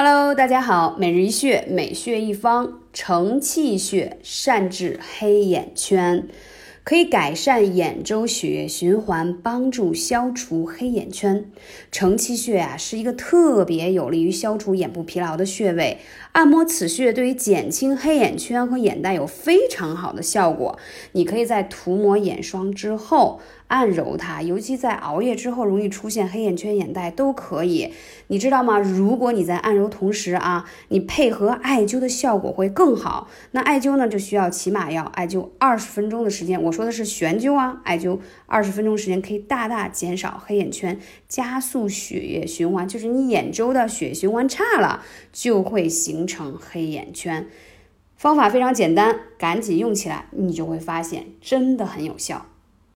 Hello，大家好，每日一穴，每穴一方，承泣穴善治黑眼圈，可以改善眼周血液循环，帮助消除黑眼圈。承泣穴是一个特别有利于消除眼部疲劳的穴位，按摩此穴对于减轻黑眼圈和眼袋有非常好的效果。你可以在涂抹眼霜之后按揉它，尤其在熬夜之后容易出现黑眼圈、眼袋都可以。你知道吗？如果你在按揉同时你配合艾灸的效果会更好。那艾灸呢，就需要起码要艾灸20分钟的时间。我说的是悬灸艾灸20分钟时间可以大大减少黑眼圈，加速血液循环。就是你眼周的血液循环差了，就会形成黑眼圈。方法非常简单，赶紧用起来，你就会发现真的很有效。